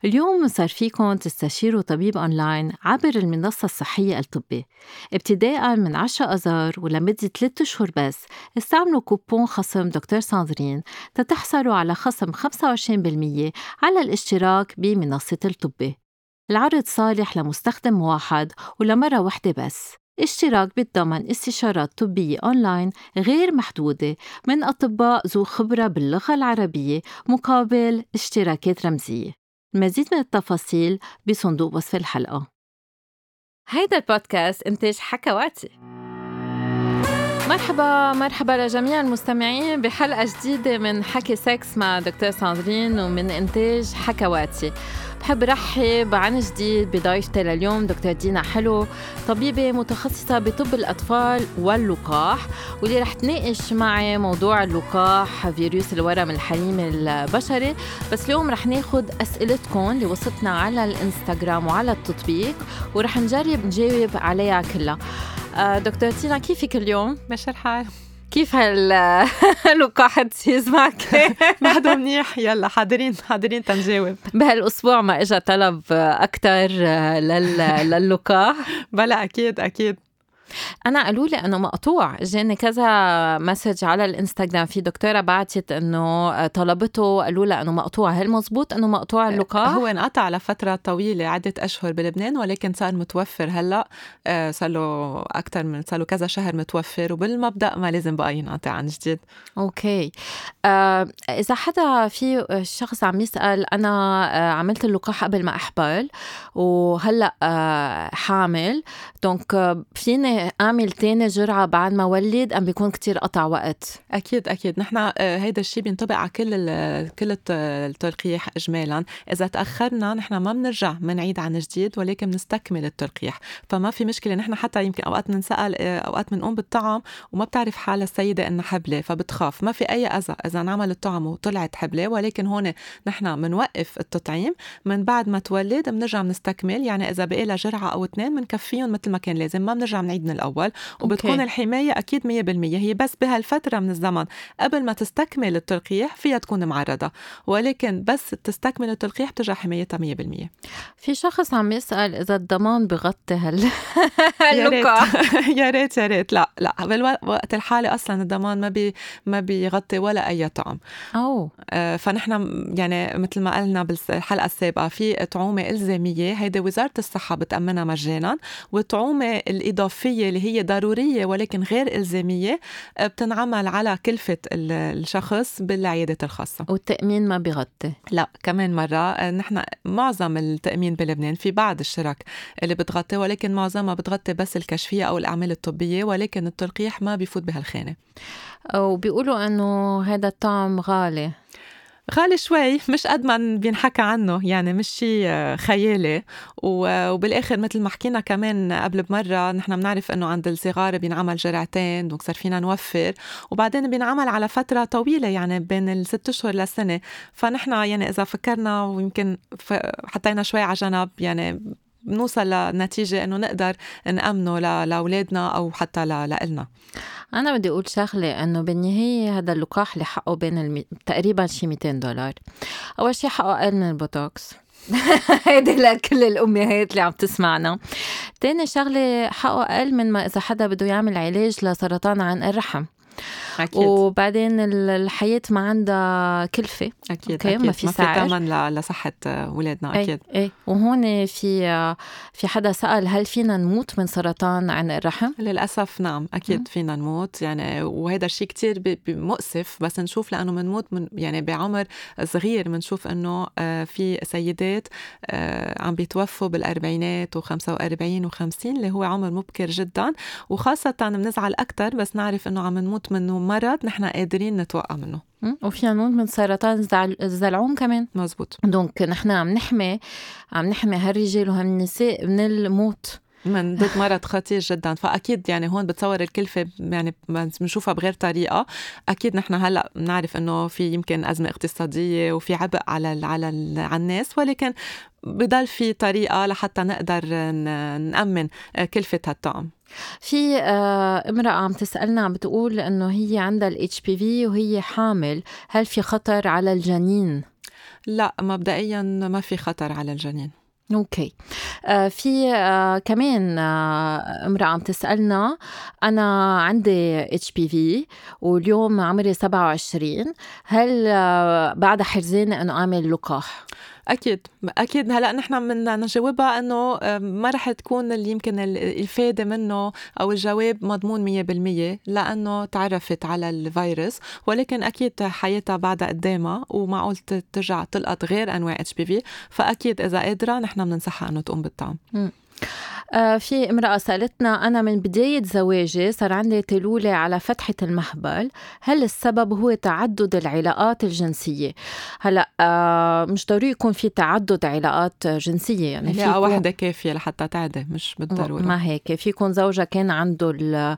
اليوم صار فيكن تستشيروا طبيب أونلاين عبر المنصة الصحية الطبي. ابتداءً من 10 أذار ولمدة 3 أشهر بس، استعملوا كوبون خصم دكتور ساندرين تتحصلوا على خصم 25% على الاشتراك بمنصة الطبي. العرض صالح لمستخدم واحد ولمرة واحدة بس. اشتراك بيتضمن استشارات طبية أونلاين غير محدودة من أطباء ذو خبرة باللغة العربية مقابل اشتراكات رمزية. المزيد من التفاصيل بصندوق وصف الحلقة. هيدا البودكاست إنتاج حكواتي. مرحبا لجميع المستمعين بحلقة جديدة من حكي سكس مع دكتور ساندرين ومن إنتاج حكواتي. بحب رحب عن جديد بضيفتي لليوم دكتور دينا حلو، طبيبة متخصصة بطب الأطفال واللقاح، واللي رح تناقش معي موضوع اللقاح فيروس الورم الحميم البشري. بس اليوم رح ناخد أسئلتكم اللي وصلتنا على الانستغرام وعلى التطبيق ورح نجرب نجاوب عليها كلها. دكتور دينا، كيفك اليوم؟ ماشي الحال. كيف هاللقاح تسيز معك؟ بعده منيح. يلا حاضرين تنجاوب. بهالأسبوع ما إجا طلب أكتر للقاح؟ بلا أكيد. أنا قالوا لي أنه مقطوع. جاني كذا مسج على الإنستغرام، في دكتورة بعتت أنه طلبته، قالوا لها أنه مقطوع. هل مزبوط أنه مقطوع اللقاح؟ هو انقطع لفترة طويلة، عدة أشهر بلبنان، ولكن صار متوفر هلأ. صار له كذا شهر متوفر، وبالمبدأ ما لازم بقى ينقطع عن جديد. أوكي. إذا حدا في شخص عم يسأل، أنا عملت اللقاح قبل ما أحبل وهلأ حامل، دونك فيني أعمل تاني جرعة بعد ما ولد أم بيكون كتير قطع وقت؟ أكيد نحن هيدا الشيء بينطبق على كل التلقيح إجمالاً. إذا تأخرنا نحن ما بنرجع منعيد عن جديد، ولكن بنستكمل التلقيح. فما في مشكلة. نحن حتى يمكن أوقات بنسأل، أوقات بنقوم بالطعم وما بتعرف حالة السيدة إنها حبلة فبتخاف. ما في أي أذى إذا نعمل الطعم وطلعت حبلة، ولكن هون نحن بنوقف التطعيم. من بعد ما تولد بنرجع بنستكمل، يعني إذا بقي لها جرعة أو 2 بنكفيهم مثل ما كان لازم، ما بنرجع نعيد من الأول. وبتكون الحماية أكيد 100%. هي بس بهالفترة من الزمن قبل ما تستكمل التلقيح فيها تكون معرضة، ولكن بس تستكمل التلقيح بترجع حمايتها 100%. في شخص عم يسأل إذا الضمان بغطي اللقاح. يا ريت. لا بالوقت الحالي أصلا الضمان ما بيغطي ولا أي طعم. فنحن يعني مثل ما قلنا بالحلقة السابقة، في طعومة إلزامية هيدا وزارة الصحة بتأمنها مجانا، والطعومة الإضافية اللي هي ضرورية ولكن غير إلزامية بتنعمل على كلفة الشخص بالعيادة الخاصة. والتأمين ما بيغطي؟ لا، كمان مرة نحن معظم التأمين بلبنان في بعض الشرك اللي بتغطي، ولكن معظمها بتغطي بس الكشفية أو الأعمال الطبية، ولكن التلقيح ما بيفوت بهالخانة. وبيقولوا أنه هذا الطعم غالي شوي، مش قد ما بينحكى عنه، يعني مش شيء خيالي. وبالآخر مثل ما حكينا كمان قبل بمرة، نحن بنعرف أنه عند الصغار بينعمل جرعتين، دونك صار فينا نوفر، وبعدين بينعمل على فترة طويلة، يعني بين 6 أشهر لسنة. فنحن يعني إذا فكرنا ويمكن حطينا شوي على جنب، يعني بنوصل لنتيجة أنه نقدر نأمنه لأولادنا أو حتى لإلنا. أنا بدي أقول شغلة، أنه بالنهاية هذا اللقاح اللي حقه بين تقريبا شي $200. أول شي حقه أقل من البوتوكس. هيدي لكل الأمهات اللي عم تسمعنا. تاني شغلة حقه أقل من ما إذا حدا بده يعمل علاج لسرطان عنق الرحم. أكيد. وبعدين الحياة ما عندها كلفة. أكيد. ما في ثمن لصحة ولادنا. أكيد. أي. وهون في حدا سأل، هل فينا نموت من سرطان عنق الرحم؟ للأسف نعم، أكيد فينا نموت، يعني وهذا الشيء كتير مؤسف. بس نشوف لأنه منموت يعني بعمر صغير، منشوف أنه في سيدات عم بيتوفوا بالأربعينات و45 و50، اللي هو عمر مبكر جدا. وخاصة بنزعل أكتر بس نعرف أنه عم نموت منه مرض نحن قادرين نتوقع منه. وفينا نموت من سرطان الزلعوم كمان. مزبوط. دونك نحن عم نحمي هالرجال وهالنساء من الموت، من ضد مرض خطير جدا. فأكيد يعني هون بتصور الكلفة يعني بنشوفها بغير طريقة. أكيد نحن هلأ بنعرف إنه في يمكن أزمة اقتصادية وفي عبء على الناس، ولكن بضل في طريقة لحتى نقدر نأمن كلفة هالطعم. في امرأة عم تسألنا، عم بتقول إنه هي عندها ال HPV وهي حامل، هل في خطر على الجنين؟ لا مبدئيا ما في خطر على الجنين. اوكي. في كمان امرأة عم تسألنا، أنا عندي HPV واليوم عمري 27، هل بعد حرزانة أنه أعمل لقاح؟ أكيد هلأ نحن بدنا نجاوبها إنه ما رح تكون اللي يمكن الإفادة منه أو الجواب مضمون 100%، لأنه تعرفت على الفيروس، ولكن أكيد حياتها بعدها قدامها ومعقول ترجع تلقط غير أنواع HPV، فأكيد إذا قادرة نحن بننصحها إنه تقوم بالطعام. في امرأة سألتنا، أنا من بداية زواجي صار عندي تلولة على فتحة المهبل، هل السبب هو تعدد العلاقات الجنسية؟ هلأ مش ضروري يكون في تعدد علاقات جنسية، يعني في واحدة كافية لحتى تعدي، مش بالضرورة. ما هيك، فيكون زوجها كان عنده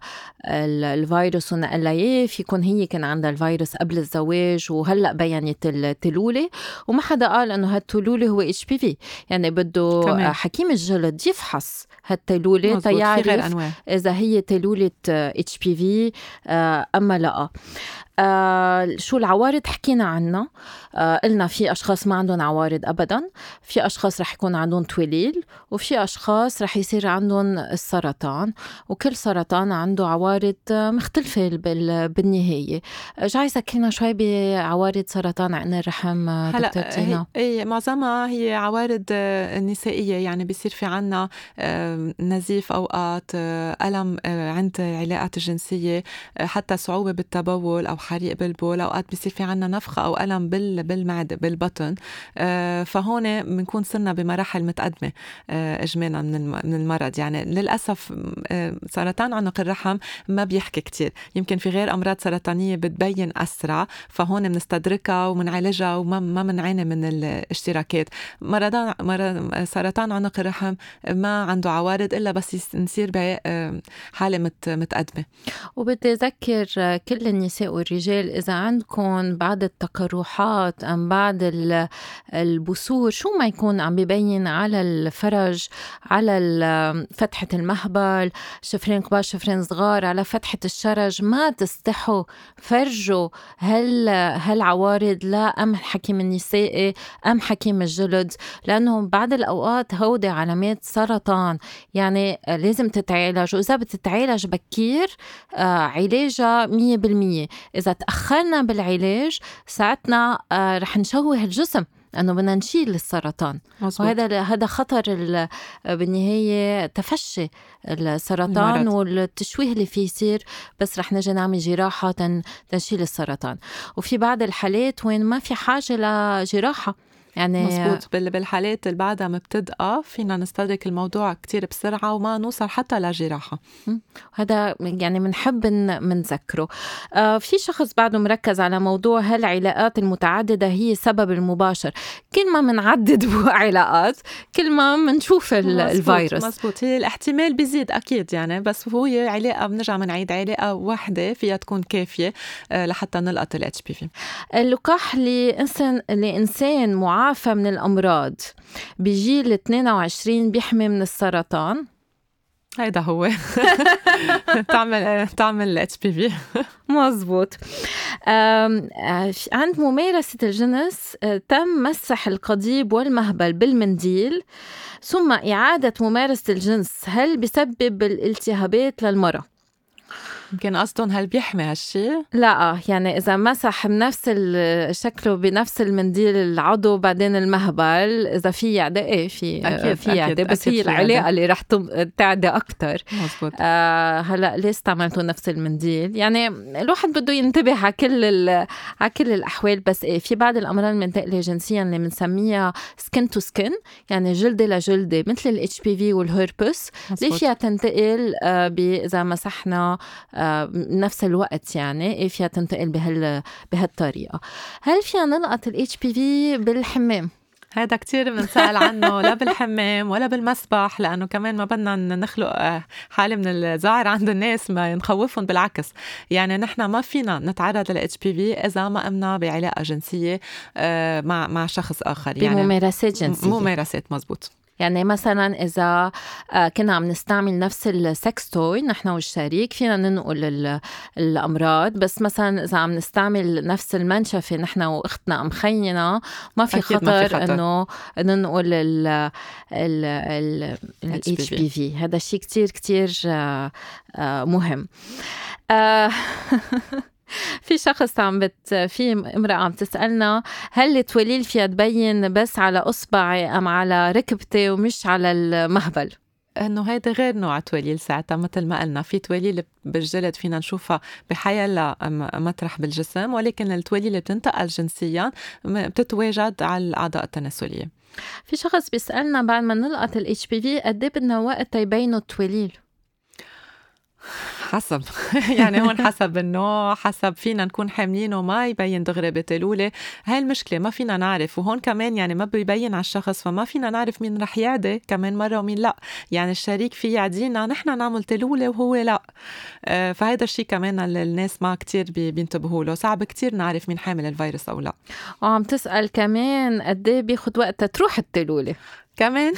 الفيروس ونقلها إياه، فيكون هي كان عندها الفيروس قبل الزواج وهلأ بينت التلولة، وما حدا قال إنه هالتلولة هو HPV. يعني بده كمان حكيم الجلد يفحص هالتلولة تيعرف إذا هي تلولة HPV أما لا. شو العوارض حكينا عنها. قلنا في أشخاص ما عندهم عوارض أبدا، في أشخاص رح يكون عندهم توليل، وفي أشخاص رح يصير عندهم السرطان، وكل سرطان عنده عوارض مختلفة بالنهاية. جاي سكرنا شوي بعوارض سرطان عقن الرحم دكتور تينا. هي معظمها هي عوارض نسائية، يعني بيصير في عنا نزيف أوقات، ألم عند العلاقات الجنسية، حتى صعوبة بالتبول أو حريق بالبول، أوقات بيصير في عنا نفخة أو ألم بالمعدة بالبطن. فهون بنكون صرنا بمراحل متقدمة إجمالا من المرض. يعني للأسف سرطان عنق الرحم ما بيحكي كتير، يمكن في غير أمراض سرطانية بتبين أسرع، فهون بنستدركها ومنعالجها وما منعاني من الاشتراكات. سرطان عنق الرحم ما عنده عوارض إلا بس نصير بحالة متقدمة. وبدي أذكر كل النساء والرجال، إذا عندكم بعض التقرحات أم بعض البثور شو ما يكون عم بيبين على الفرج، على فتحة المهبل، شفرين كبار شفرين صغار، على فتحة الشرج، ما تستحوا فرجوا هالعوارض لا أم حكيم النسائي أم حكيم الجلد، لأنهم بعض الأوقات هودي علامات سرطان، يعني لازم تتعالج، وإذا بتتعالج بكير علاجها 100%. إذا تأخرنا بالعلاج ساعتنا رح نشوه الجسم، أنه بدنا نشيل السرطان. وهذا خطر بالنهاية تفشي السرطان المرض. والتشويه اللي فيه يصير، بس رح نجي نعمل جراحة تنشيل السرطان. وفي بعض الحالات وين ما في حاجة لجراحة، يعني مزبوط، بالحالات اللي بعدها مبتدأة فينا نستدرك الموضوع كتير بسرعة وما نوصل حتى لجراحة. هذا يعني منحب منذكره. في شخص بعده مركز على موضوع هالعلاقات المتعددة هي سبب المباشر. كل ما منعدد علاقات كل ما منشوف الفيروس. مزبوط، هي الاحتمال بيزيد أكيد، يعني بس هو علاقة بنرجع منعيد علاقة واحدة فيها تكون كافية لحتى نلقط ال HPV. اللقاح لإنسان معافى من الأمراض بجيل 22 بيحمي من السرطان. هيدا هو تعمل HPV. مزبوط. عند ممارسة الجنس تم مسح القضيب والمهبل بالمنديل ثم إعادة ممارسة الجنس، هل بيسبب الالتهابات للمرأة؟ يمكن قصدهم هل بيحمي هالشي؟ لا، يعني إذا مسح بنفس شكله بنفس المنديل العضو بعدين المهبل، إذا في يعدي إيه في يعدي، بس هي العلاقة اللي رح تعدي أكتر. مزبوط. هلأ ليه استعملتوا نفس المنديل؟ يعني الواحد بده ينتبه على كل الأحوال، بس إيه في بعض الأمراض المنتقلة جنسيا اللي بنسميها سكين تو سكين، يعني جلدة لجلدة، مثل ال HPV والهيربس، ليه فيها تنتقل إذا مسحنا نفس الوقت، يعني فيها تنتقل بهالطريقة. هل فينا نلقط ال HPV بالحمام؟ هذا كتير بنسأل عنه، لا بالحمام ولا بالمسبح، لأنه كمان ما بدنا نخلق حالة من الزعر عند الناس ما نخوفهم. بالعكس، يعني نحن ما فينا نتعرض لل HPV إذا ما قمنا بعلاقة جنسية مع شخص آخر، يعني بممارسات جنسية. ممارسات. مزبوط. يعني مثلا إذا كنا عم نستعمل نفس السكس توي نحن والشريك فينا ننقل الأمراض، بس مثلا إذا عم نستعمل نفس المنشفة نحن وأختنا أم خينا ما في خطر إنه ننقل ال HPV. هذا الشيء كتير كتير مهم. في شخص في امرأة عم تسألنا هل التوليل فيها تبين بس على أصبعي أم على ركبتي ومش على المهبل؟ انه هيدا غير نوع توليل ساعتها. مثل ما قلنا في توليل بالجلد فينا نشوفها بحيلا مطرح بالجسم، ولكن التوليل اللي بتنتقل جنسيا بتتواجد على الأعضاء التناسلية. في شخص بيسألنا بعد ما نلقط ال HPV قد ايه بدنا وقت يبينوا التوليل؟ حسب يعني هون حسب النوع، حسب فينا نكون حاملين وما يبين دغري بتلولة. هاي المشكلة ما فينا نعرف، وهون كمان يعني ما بيبين على الشخص، فما فينا نعرف مين رح يعدي كمان مرة ومين لا. يعني الشريك في يعدينا نحن نعمل تلولة وهو لا. فهيدا الشيء كمان الناس ما كتير بينتبهوا له، صعب كتير نعرف مين حامل الفيروس أو لا. وعم تسأل كمان قد ايه بياخد وقت تروح التلولة كمان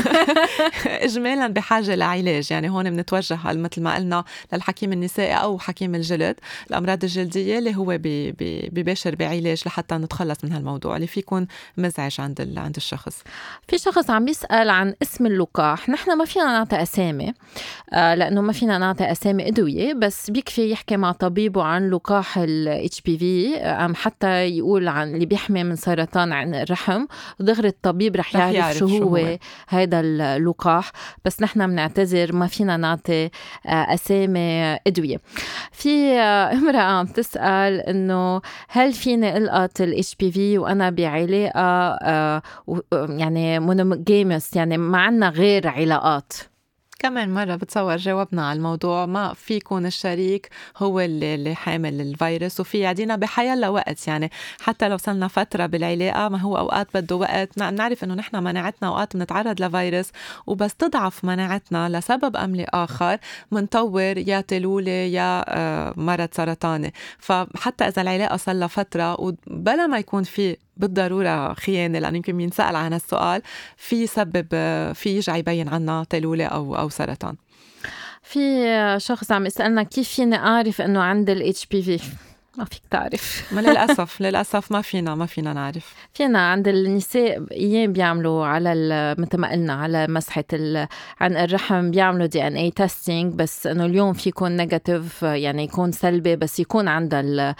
إجمالاً بحاجة لعلاج. يعني هون بنتوجه مثل ما قلنا للحكيم النسائي أو حكيم الجلد الأمراض الجلدية اللي هو بباشر بعلاج لحتى نتخلص من هالموضوع اللي فيكون مزعج عند الشخص. في شخص عم بيسأل عن اسم اللقاح. نحن ما فينا نعطي أسامي لأنه ما فينا نعطي أسامي أدوية، بس بيكفي يحكي مع طبيبه عن لقاح ال HPV أم حتى يقول عن اللي بيحمي من سرطان عن الرحم، ودغري الطبيب رح يعرف شو هو هيدا اللقاح. بس نحن بنعتذر ما فينا نعطي أسامي أدوية. في امرأة عم تسأل إنه هل فيني ألقط ال HPV وأنا بعلاقة يعني مونوجامس، يعني ما عنا غير علاقات؟ كمان مرة بتصور جاوبنا على الموضوع. ما في يكون الشريك هو اللي حامل الفيروس، وفي يعدينا بحيلا وقت. يعني حتى لو صلنا فترة بالعلاقة، ما هو أوقات بده وقت. نعرف إنه نحن مناعتنا أوقات بنتعرض لفيروس، وبس تضعف مناعتنا لسبب أم لآخر منطور يا تلولة يا مرض سرطاني. فحتى إذا العلاقة صلنا فترة وبلا ما يكون في بالضرورة خيانة، لأنه يمكن ينسأل عن السؤال، في سبب في يرجع يبين عنا تلولة أو سرطان. في شخص عم يسألنا كيف فيني أعرف أنه عندي ال HPV؟ ما فيك تعرف. ما للأسف ما فينا نعرف. فينا عند النساء أيام بيعملوا على مثل ما قلنا على مسحة عن الرحم بيعملوا DNA testing، بس إنه اليوم في يكون نيجاتيف يعني يكون سلبي، بس يكون عندها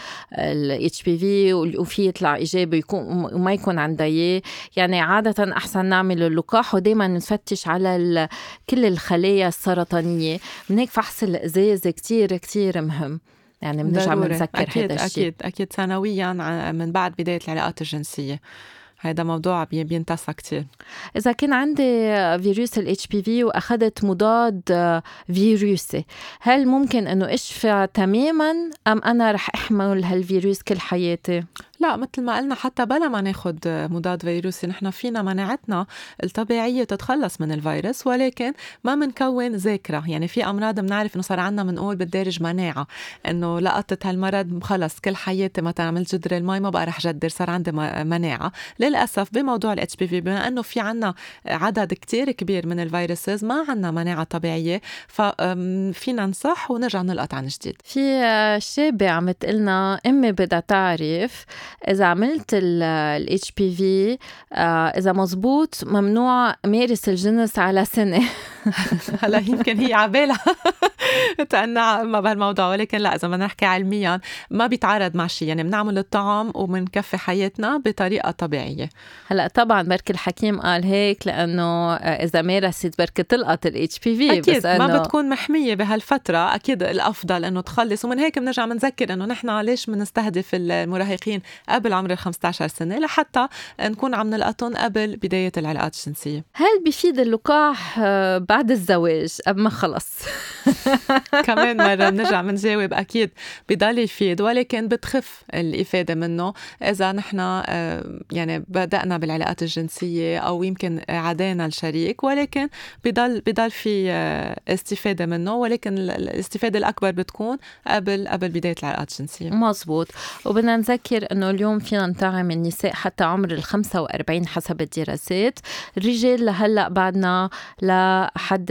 ال HPV وفي يطلع إيجابي يكون وما يكون عندها إياه. يعني عادة أحسن نعمل اللقاح ودايما نفتش على كل الخلايا السرطانية. من هيك فحص الإزاز كتير كتير مهم. يعني بنرجع بنذكر هذا الشيء أكيد سنويا من بعد بداية العلاقات الجنسية. هذا موضوع بينتسى كتير. إذا كان عندي فيروس ال HPV وأخذت مضاد فيروسي، هل ممكن أنه أشفى تماماً أم أنا رح أحمل هالفيروس كل حياتي؟ لا، مثل ما قلنا حتى بلا ما ناخد مضاد فيروسي نحن فينا مناعتنا الطبيعية تتخلص من الفيروس، ولكن ما منكون ذاكرة. يعني في أمراض منعرف إنه صار عنا منقول بالدارج مناعة، إنه لقطت هالمرض خلص كل حياتي مثلا عملت جدر المي ما بقى رح جدر، صار عندي مناعة. للأسف بموضوع ال HPV بما أنه في عنا عدد كتير كبير من الفيروسز ما عنا مناعة طبيعية، ففينا نصح ونرجع نلقط عن جديد. في شابة عم تقلنا أمي بدها تعرف إذا عملت ال HPV إذا مزبوط ممنوع مارس الجنس على سنة. هلا يمكن هي عبالها تقنع ما بهالموضوع، ولكن لا، إذا بدنا نحكي علميا ما بيتعارض مع شيء. يعني بنعمل الطعام وبنكفي حياتنا بطريقة طبيعية. هلا طبعا برك الحكيم قال هيك لأنه إذا مارست برك تلقط ال HPV، أكيد بس ما بتكون محمية بهالفترة. أكيد الأفضل إنه تخلص. ومن هيك بنرجع بنذكر إنه نحن ليش بنستهدف المراهقين قبل عمر 15 سنة لحتى نكون عم نلقطهم قبل بداية العلاقات الجنسية. هل بيفيد اللقاح بعد الزواج أم ما خلص؟ كمان مرة بنرجع بنجاوب أكيد بضل يفيد، ولكن بتخف الإفادة منه إذا نحن يعني بدأنا بالعلاقات الجنسية أو يمكن عدينا الشريك، ولكن بضل في استفادة منه، ولكن الاستفادة الأكبر بتكون قبل بداية العلاقات الجنسية. مزبوط. وبدنا نذكر أنه اليوم فينا نطعم النساء حتى عمر 45 حسب الدراسات، الرجال لهلأ بعدنا لحد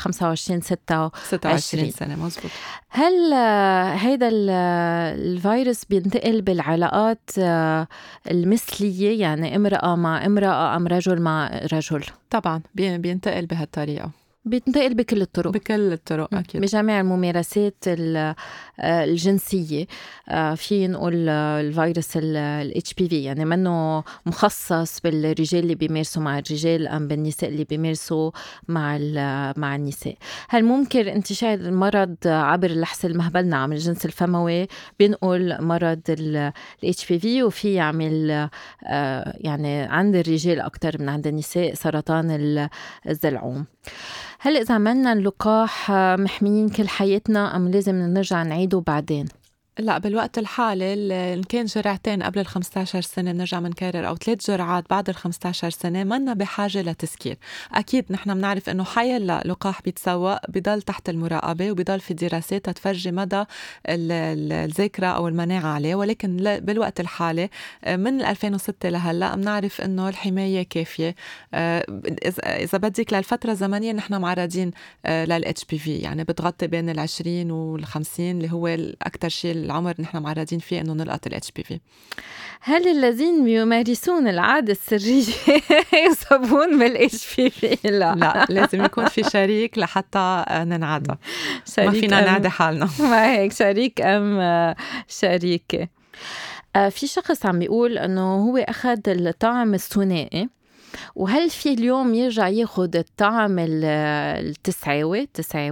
25-26 سنة. مزبوط. هل هيدا الفيروس بينتقل بالعلاقات المثلية، يعني امرأة مع امرأة أم رجل مع رجل؟ طبعا بينتقل بهالطريقة، بينتقل بكل الطرق، أكيد، بجميع الممارسات الجنسية. في نقول الفيروس ال HPV يعني منه مخصص بالرجال اللي بيمارسوا مع الرجال أم بالنساء اللي بيمارسوا مع النساء. هل ممكن انتشار المرض عبر اللحس المهبل؟ نعم، الجنس الفموي بينقل مرض ال HPV، وفي يعمل يعني عند الرجال أكتر من عند النساء سرطان الزلعوم. هل إذا عملنا اللقاح محميين كل حياتنا أم لازم نرجع نعيده بعدين؟ لا، بالوقت الحالي إن كان جرعتين قبل 15 سنة نرجع منكرر، أو 3 جرعات بعد 15 سنة، منا بحاجة لتسكير. أكيد نحن بنعرف إنه حيلا لقاح بيتسوق بضل تحت المراقبة وبضل في دراسات تفرجي مدى الذاكرة أو المناعة عليه، ولكن بالوقت الحالي من 2006 لهلأ بنعرف إنه الحماية كافية. إذا بدك للفترة الزمنية نحن معرضين للHPV، يعني بتغطي بين 20 وال50 اللي هو الأكثر شيء العمر نحن معرضين فيه إنه نلقط الHPV. هل الذين يمارسون العادة السرية يصابون بالHPV؟ لا، لازم يكون في شريك لحتى ننعدى. ما فينا نعدي حالنا. ما هيك شريك أم شريكة. في شخص عم بيقول أنه هو أخذ الطعم الثنائي، وهل في اليوم يرجع ياخد الطعم التسعوي؟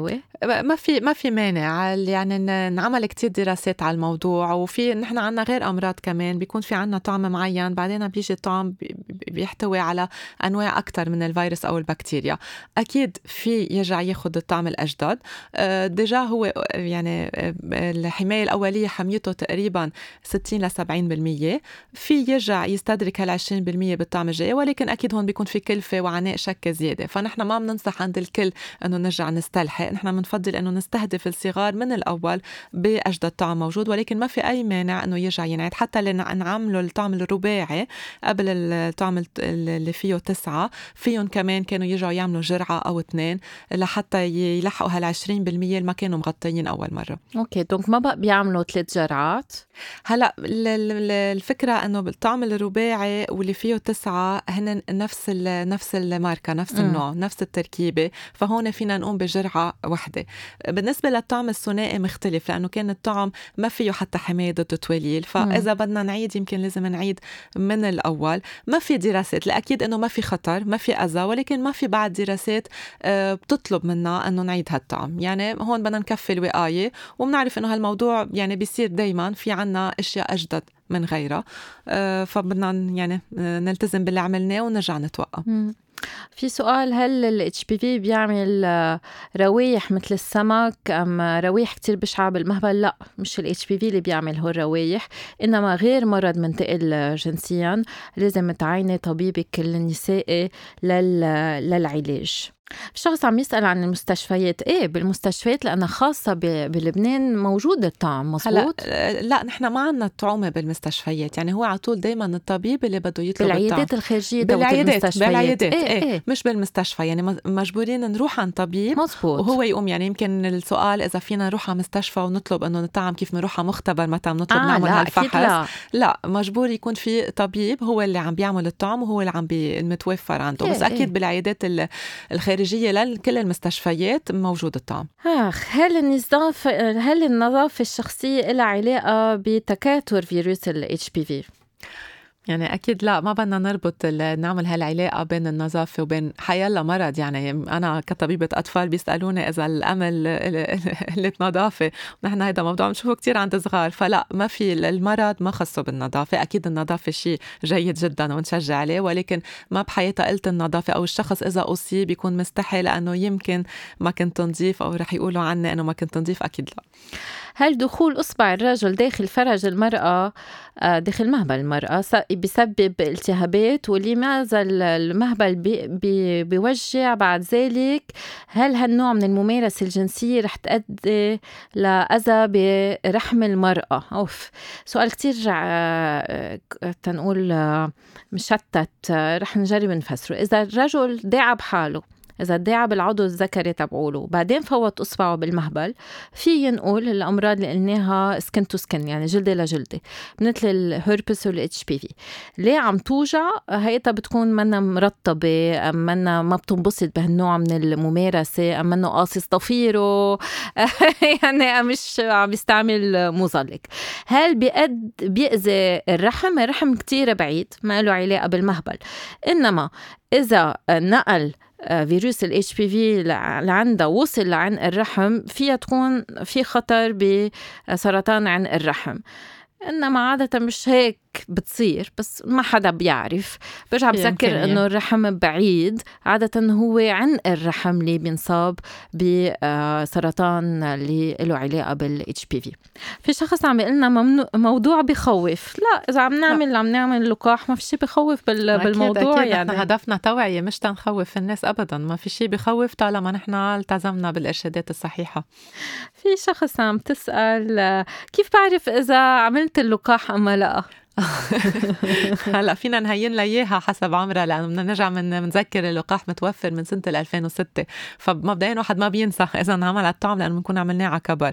ما في مانع، يعني نعمل كتير دراسات على الموضوع، وفي نحن عنا غير أمراض كمان بيكون في عنا طعم معين، بعدين بيجي الطعم بيحتوي على أنواع أكتر من الفيروس أو البكتيريا. أكيد في يرجع ياخد الطعم الأجدد. ديجا هو يعني الحماية الأولية حميته تقريبا 60-70%، في يرجع يستدرك هال20% بالطعم الجاي، ولكن أكيد هون بيكون في كلفة وعناء شك زيادة، فنحن ما بننصح عند الكل أنه نرجع نستلحق. نحن بنفضل أنه نستهدف الصغار من الأول بأجدد طعم موجود، ولكن ما في أي مانع أنه يرجع ينعاد. حتى اللي نعمله الطعم الرباعي قبل الطعم اللي فيه 9، فيهم كمان كانوا يرجعوا يعملوا جرعة أو 2 لحتى يلحقوا هال20% اللي ما كانوا مغطيين أول مرة. أوكي، دونك ما بقى بيعملوا 3 جرعات. هلأ الفكرة أنه بالطعم الرباعي واللي فيه 9 هن نفس الماركة، نفس النوع، نفس التركيبة، فهون فينا نقوم بجرعة واحدة. بالنسبة للطعم الثنائي مختلف، لأنه كان الطعم ما فيه حتى حماية ضد التوليل، فإذا بدنا نعيد يمكن لازم نعيد من الأول. ما في دراسات، لأكيد أنه ما في خطر، ما في أذى، ولكن ما في بعد دراسات بتطلب منا أنه نعيد هالطعم. يعني هون بدنا نكفي الوقاية، وبنعرف أنه هالموضوع يعني بيصير دايما في عنا أشياء أجدد من غيرها، فبدنا يعني نلتزم باللي عملناه ونرجع نتوقع. في سؤال، هل ال HPV بيعمل روايح مثل السمك أم روايح كتير بشعة بالمهبل؟ لا، مش ال HPV اللي بيعمل هو الروايح، إنما غير مرض منتقل جنسيا لازم تعيني طبيبك النسائي للعلاج. الشخص عم يسأل عن المستشفيات. ايه، بالمستشفيات لأنها خاصة بلبنان موجود الطعم. مظبوط. لا، نحن ما عنا الطعومة بالمستشفيات، يعني هو على طول دايما الطبيب اللي بده يطلب بالعيادات الخارجية، بالعيادات إيه. مش بالمستشفى، يعني مجبورين نروح عن طبيب. مظبوط. وهو يقوم، يعني يمكن السؤال إذا فينا نروح على مستشفى ونطلب إنه نطعم كيف نروح على مختبر متى بنطلب نعمل هالفحص. لا، مجبور يكون في طبيب هو اللي عم بيعمل الطعم وهو اللي عم المتوفر عنده. بس أكيد بالعيادات الخارجية لكل المستشفيات موجود الطعم. هل النظافة الشخصية لها علاقة بتكاثر فيروس ال HPV؟ يعني أكيد لا، ما بدنا نربط نعمل هالعلاقة بين النظافة وبين حيالله مرض. يعني أنا كطبيبة أطفال بيسألوني إذا الأمل النظافة، ونحن هيدا موضوع بنشوفه كتير عند صغار. فلا، ما في المرض ما خصه بالنظافة. أكيد النظافة شيء جيد جدا ونشجع عليه، ولكن ما بحياتها قلت النظافة أو الشخص إذا أصيب بيكون مستحي لأنه يمكن ما كنت نظيف أو رح يقولوا عني أنه ما كنت نظيف. أكيد لا. هل دخول إصبع الرجل داخل فرج المرأة داخل مهبل المرأة بيسبب التهابات، ولماذا المهبل بيوجع بعد ذلك؟ هل هالنوع من الممارسة الجنسية رح تؤدي لأذى برحم المرأة؟ سؤال كتير تنقول مشتت، رح نجرب نفسره. إذا الرجل داعب حاله، إذا داعب العضو الذكري تبعوله بعدين فوت إصبعه بالمهبل، في ينقل الأمراض اللي قلناها سكن تو سكن، يعني جلدة لجلدة، مثل الهربس والاتش بي في. ليه عم توجع؟ هيدا بتكون منا مرطبة، أم منا ما بتنبسط بهالنوع من الممارسة، أم منه قاصص ضفيره يعني مش عم يستعمل مزلق. هل بيأذي الرحم؟ الرحم كتير بعيد، ما له علاقة بالمهبل. إنما إذا نقل فيروس ال HPV لعنده وصل لعنق الرحم، فيها تكون في خطر بسرطان عنق الرحم. إنما عادة مش هيك بتصير، بس ما حدا بيعرف. برجع بذكر إنه الرحم بعيد، عادة هو عنق الرحم اللي بينصاب بسرطان اللي له علاقة بال HPV. في شخص عم يقولنا موضوع بخوف. لا، إذا عم نعمل لقاح ما في شيء بخوف بالموضوع. أكيد يعني هدفنا توعية مش تنخوف الناس أبدا. ما في شيء بخوف طالما نحن التزمنا بالإرشادات الصحيحة. في شخص عم تسأل كيف بعرف إذا عملت اللقاح أم لا؟ هلا فينا نهين لياها حسب عمرها، لأنه بدنا نرجع نذكر اللقاح متوفر من سنة 2006. فمبدئيا واحد ما بينسى إذا عمل الطعم، لأنه بنكون عملناه على كبر.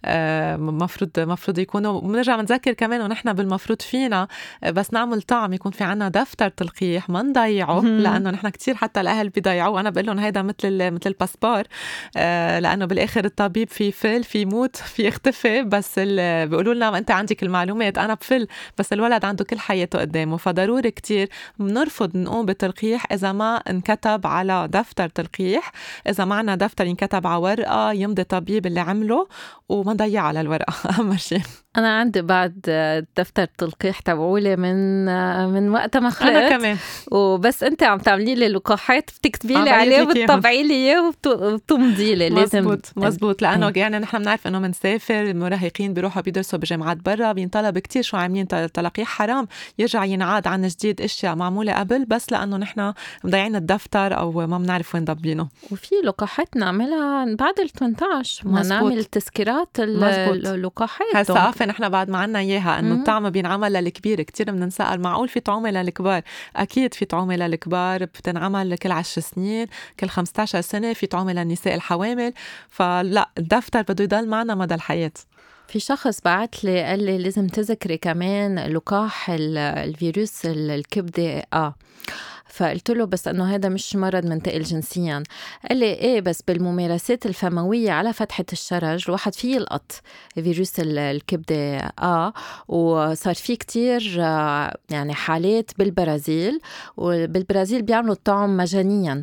مفروض يكونوا. بنرجع نذكر كمان ونحن بالمفروض فينا بس نعمل طعم يكون في عنا دفتر تلقيح، ما نضيعه، لأنه نحن كتير حتى الأهل بيضيعوه. أنا بقول لهم هيدا مثل الباسبور، لأنه بالآخر الطبيب في موت في يختفي، بس بيقولوا لنا أنت عندك المعلومات، أنا بفل، بس الولد عنده كل حياته قدامه. فضروري كتير بنرفض نقوم بالتلقيح إذا ما انكتب على دفتر تلقيح. إذا معنا دفتر ينكتب على ورقة يمضي طبيب اللي عمله وما نضيع على الورقة. أهم شيء. أنا عندي بعد دفتر تلقيح تبعولي من وقت ما خلقت. أنا كمان. وبس أنت عم تعملي لي لقاحات بتكتبي لي عليه وبتطبعي لي إياه وبتمضي لي. لازم مزبوط لأنه يعني نحن بنعرف إنه منسافر، المراهقين بيروحوا بيدرسوا بجامعات برا، بينطلب كتير شو عاملين تلقيح. حرام يرجع ينعاد عن جديد اشياء معمولة قبل بس لأنه نحن مضيعين الدفتر أو ما بنعرف وين ضبينه. وفي لقاحات نعملها بعد 18 ما نعمل تذكيرات اللقاحات. هسا نحن بعد ما عنا إياها إنه الطعم بينعمل للكبير. كتير بننسأل معقول في طعومة للكبار؟ أكيد في طعومة للكبار، بتنعمل كل 10 سنين، كل 15 سنة. في طعومة للنساء الحوامل. فلا، الدفتر بده يضل معنا مدى الحياة. في شخص بعت لي قال لي لازم تذكري كمان لقاح الفيروس الكبدة فقلت له بس انه هذا مش مرض منتقل جنسيا. قال لي ايه بس بالممارسات الفمويه على فتحه الشرج الواحد فيه يلقط فيروس الكبده وصار في كتير يعني حالات بالبرازيل. وبالبرازيل بيعملوا الطعم مجانيا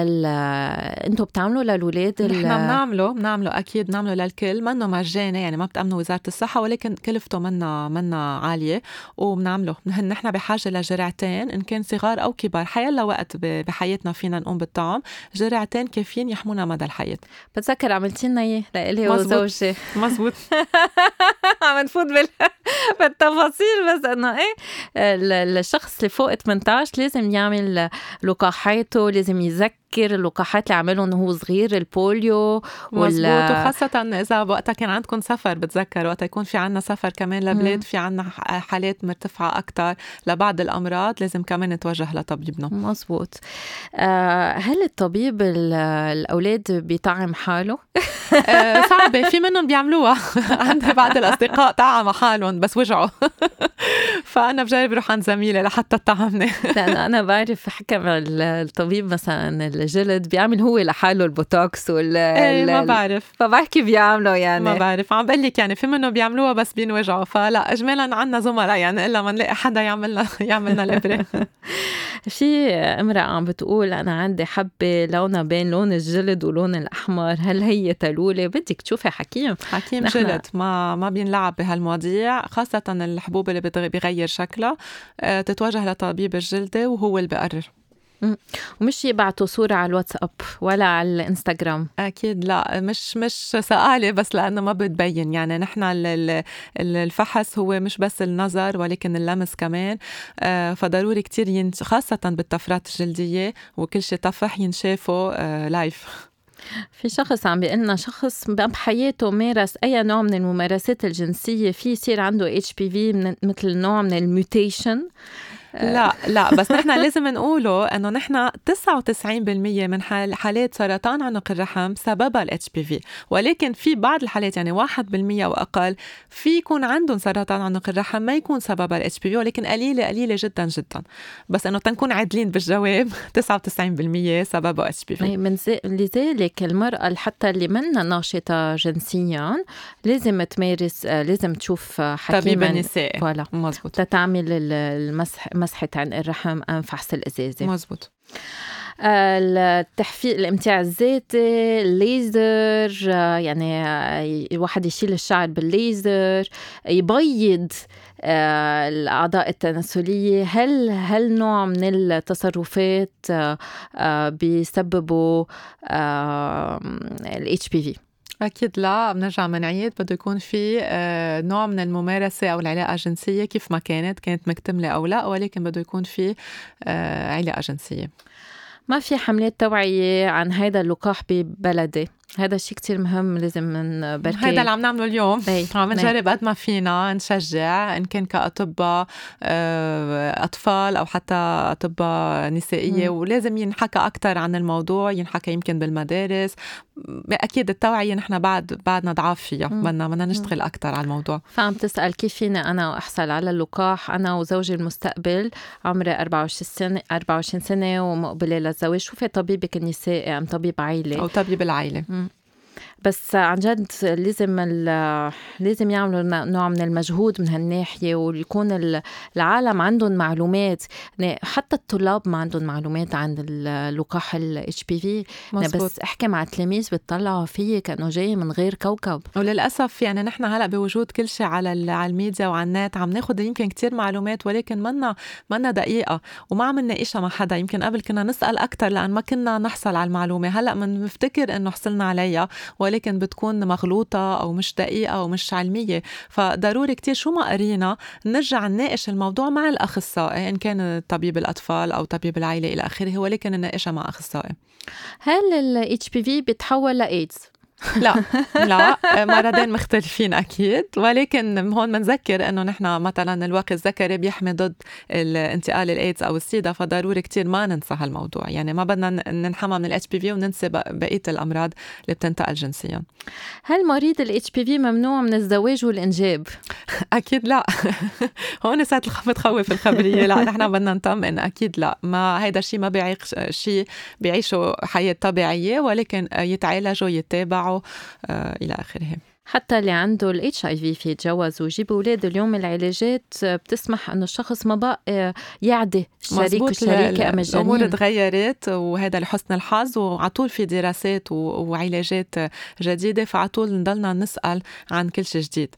انتوا بتعملوا للولاد؟ نحن بنعمله اكيد، بنعمله للكل، منه مجاني يعني ما بتأمنوا وزاره الصحه، ولكن كلفته منا عاليه وبنعمله. نحن بحاجه لجرعتين ان كان صغار او كبار. حيلا وقت بحياتنا فينا نقوم بالطعم، جرعتين كافيين يحمونا مدى الحياة. بتذكر عملتي لنا اياه لإلي وزوجي. مزبوط. عم نفوت بالتفاصيل بس انه ايه الشخص اللي فوق 18 لازم يعمل لقاحاته، لازم يذكر اللقاحات اللي عملهم وهو صغير، البوليو مزبوط. وخاصة إذا وقتها كان عندكم سفر، بتذكر وقتها يكون في عنا سفر كمان لبلاد في عنا حالات مرتفعة أكتر لبعض الأمراض، لازم كمان نتوجه لطبيبنا. مزبوط. هل الطبيب الأولاد بيطعم حاله؟ صعبة، في منهم بيعملوها. عندي بعض الأصدقاء طعم حالهم بس وجعوا. فأنا بجرب روح عند زميلة لحتى تطعمني. لأنه أنا بعرف حكم الطبيب مثلا الجلد بيعمل هو لحاله البوتوكس ما بعرف، فبحكي بيعمله يعني ما بعرف، عم بقلك يعني في منه بيعملوها بس بينوجعوا، فلا إجمالا عنا زملاء يعني إلا ما نلاقي حدا يعملنا الإبرة. في امرأة عم بتقول أنا عندي حبة لونها بين لون الجلد ولون الأحمر، هل هي تلولة؟ بدك تشوفي حكيم جلد، ما بينلعب بهالمواضيع، خاصة الحبوب اللي بيغير شكلها. تتوجه لطبيب الجلدة وهو اللي بيقرر. ومش يبعتوا صورة على الواتساب ولا على الانستغرام. أكيد لا، مش سآلة بس لأنه ما بتبين. يعني نحن الفحص هو مش بس النظر ولكن اللمس كمان. فضروري كتير خاصة بالطفرات الجلدية وكل شيء طفح ينشافوا لايف. في شخص عم بيقلنا شخص بحياته مارس أي نوع من الممارسات الجنسية في يصير عنده HPV مثل نوع من الميوتيشن. لا بس نحن لازم نقوله انه نحن 99% من حالات سرطان عنق الرحم سببها ال HPV، ولكن في بعض الحالات يعني 1% واقل في يكون عندهم سرطان عنق الرحم ما يكون سببها ال HPV، ولكن قليله جدا جدا. بس انه تنكون عادلين بالجواب 99% سببها HPV. لذلك المرأة حتى اللي منا ناشطة جنسيا لازم تمارس، لازم تشوف حكيما طبيب النساء. فوالا مزبوط. تتعمل مسحة عن الرحم أم فحص الإزازة. مزبوط. التحفيز، الامتاع الذاتي، الليزر، يعني الواحد يشيل الشعر بالليزر، يبيض الأعضاء التناسلية. هل نوع من التصرفات بيسببوا ال HPV؟ أكيد لا، بنرجع منعيد بده يكون في نوع من الممارسة أو العلاقة الجنسية كيف ما كانت مكتملة أو لا، ولكن بده يكون في علاقة جنسية. ما في حملات توعية عن هذا اللقاح ببلدي، هذا الشيء كتير مهم. لازم نبركي هذا اللي عم نعمله اليوم. عم نجرب قد ما فينا نشجع، إن كان كأطباء أطفال أو حتى أطباء نسائية. ولازم ينحكى أكتر عن الموضوع، ينحكى يمكن بالمدارس. أكيد التوعية نحن بعدنا ضعاف فيها، بدنا نشتغل أكتر على الموضوع. فعم تسأل كيف فينا أنا أحصل على اللقاح؟ أنا وزوجي المستقبل عمري 24 سنة ومقبلة للزواج. شوفي طبيبك النسائي أم طبيب عائلة أو طبيب العائلة. بس عن جد لازم يعملوا نوع من المجهود من هالناحية، ويكون العالم عندهم معلومات. يعني حتى الطلاب ما عندهم معلومات عن اللقاح ال HPV. بس احكي مع التلاميذ بتطلعوا فيه كأنه جاي من غير كوكب. وللأسف يعني نحن هلأ بوجود كل شيء على الميديا وعلى النت عم ناخد يمكن كتير معلومات، ولكن منا دقيقة وما عم نناقشها مع حدا. يمكن قبل كنا نسأل أكتر لأن ما كنا نحصل على المعلومة. هلأ منفتكر إنه حصلنا عليها ولكن بتكون مغلوطة أو مش دقيقة أو مش علمية. فضروري كتير شو ما قرينا نرجع نناقش الموضوع مع الأخصائي، إن كان طبيب الأطفال أو طبيب العائلة إلى آخره، ولكن نناقشها مع أخصائي. هل ال HPV بتحول لإيدز؟ لا مرضين مختلفين أكيد، ولكن هون منذكر أنه نحن مثلا الوقي الذكري بيحمي ضد الانتقال الإيدز أو السيدا، فضروري كتير ما ننسى هالموضوع. يعني ما بدنا ننحمى من ال HPV وننسى بقية الأمراض اللي بتنتقل جنسيا. هل مريض ال HPV ممنوع من الزواج والإنجاب؟ أكيد لا. هون ساعة بتخوف الخبرية. لا نحن بدنا نطمئن. أكيد لا، ما هيدا الشيء ما بيعيق شيء، بيعيشوا حياة طبيعية ولكن يتعالجوا يتابعوا إلى آخره. حتى اللي عنده ال HIV في يتجوز ويجيب أولاده. اليوم العلاجات بتسمح أنه الشخص ما بقى يعدي الشريك والشريكة أم الجنين. الأمور تغيرت وهذا لحسن الحظ، وعطول في دراسات وعلاجات جديدة، فعطول نضلنا نسأل عن كل شيء جديد.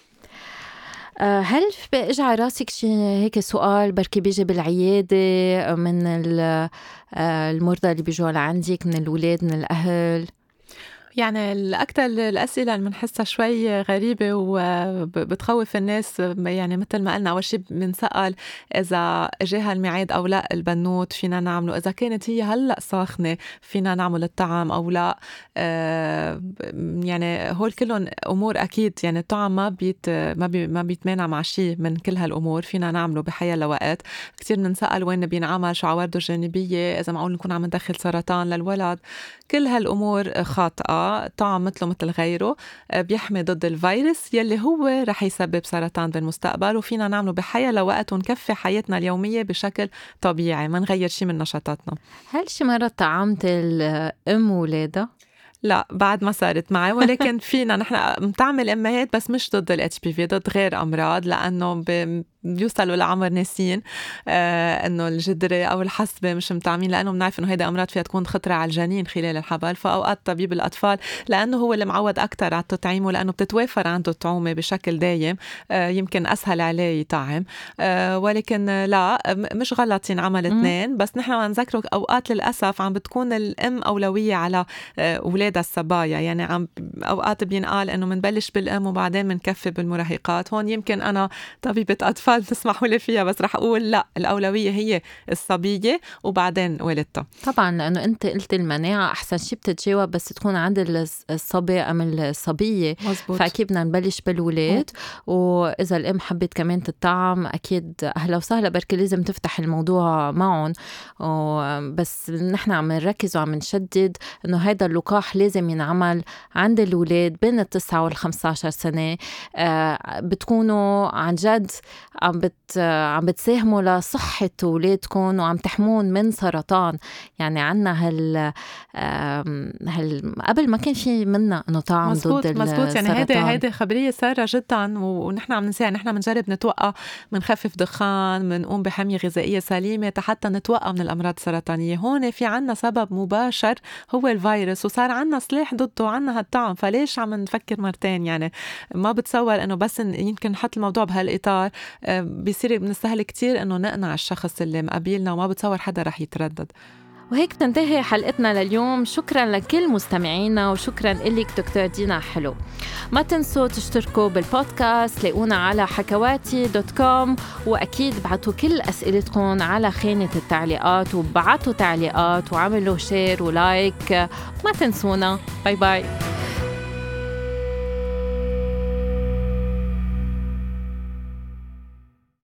هل اجى على راسك شيء هيك سؤال بركي بيجي بالعيادة من المرضى اللي بيجوا لعندك، من الولاد، من الأهل؟ يعني الأكثر الأسئلة اللي بنحسها شوي غريبة وبتخوف الناس، يعني مثل ما قلنا أول شيء بنسأل إذا جاها الميعاد أو لا البنوت فينا نعمله، إذا كانت هي هلأ ساخنة فينا نعمل الطعم أو لا. يعني هول كلهم أمور أكيد، يعني الطعم ما بيتمانع مع شيء من كل هالأمور، فينا نعمله بحياة لوقت. كتير بنسأل وين بينعمل، شو عوارضه الجانبية، إذا معقول نكون عم ندخل سرطان للولد. كل هالأمور خاطئة. لا، طعم مثله مثل غيره بيحمي ضد الفيروس يلي هو رح يسبب سرطان بالمستقبل، وفينا نعمله بحياة لوقت ونكفي حياتنا اليومية بشكل طبيعي، ما نغير شي من نشاطاتنا. هل شي مرة طعمت الأم وولادها؟ لا بعد ما صارت معي، ولكن فينا نحن بتعمل امهات بس مش ضد الاتش بي في، ضد غير امراض، لانه بيوصلوا لعمر ناسين انه الجدرة او الحصبة مش متعمين، لانه بنعرف انه هيدا امراض فيها تكون خطرة على الجنين خلال الحمل. فاوقات طبيب الاطفال لانه هو اللي معود اكثر على التطعيم، ولانه بتتوافر عنده الطعومة بشكل دايم يمكن اسهل عليه يطعم. ولكن لا، مش غلط ينعمل اثنين، بس نحن عم نذكره اوقات للاسف عم بتكون الام اولوية على اولادها الصبايا. يعني عم اوقات بينقال انه منبلش بالام وبعدين منكفي بالمراهقات. هون يمكن انا طبيبة اطفال تسمحوا لي فيها، بس رح اقول لا، الاولوية هي الصبية وبعدين والدتها. طبعا لانه انت قلت المناعة احسن شيء بتتجاوب بس تكون عند الصبي ام الصبية. مزبوط. فاكيد بدنا نبلش بالولاد، واذا الام حبت كمان تطعم اكيد اهلا وسهلا، بركي لازم تفتح الموضوع معهم. بس نحن عم نركز وعم نشدد انه هذا اللقاح لازم ينعمل عند الولاد بين 9 و15 سنة. بتكونوا عن جد عم بتساهموا لصحة أولادكم وعم تحمون من سرطان. يعني عنا قبل ما كان في منا إنه طعم ضد السرطان. مزبوط. يعني هيدا خبرية سارة جدا، ونحن عم ننساها. نحن بنجرب نتوقع، منخفف دخان، منقوم بحمية غذائية سليمة حتى نتوقع من الأمراض السرطانية. هون في عنا سبب مباشر هو الفيروس، وصار عنا سلاح ضده، عنا هالطعم. فليش عم نفكر مرتين؟ يعني ما بتصور إنه بس يمكن نحط الموضوع بهالإطار بيصير من السهل كتير إنه نقنع الشخص اللي مقابلنا، وما بتصور حدا رح يتردد. وهيك تنتهي حلقتنا لليوم. شكرا لكل مستمعينا، وشكرا إليك دكتور دينا حلو. ما تنسوا تشتركوا بالبودكاست، لاقونا على حكواتي.com، وأكيد بعتوا كل أسئلتكم على خانة التعليقات، وبعتوا تعليقات وعملوا شير ولايك. ما تنسونا. باي باي.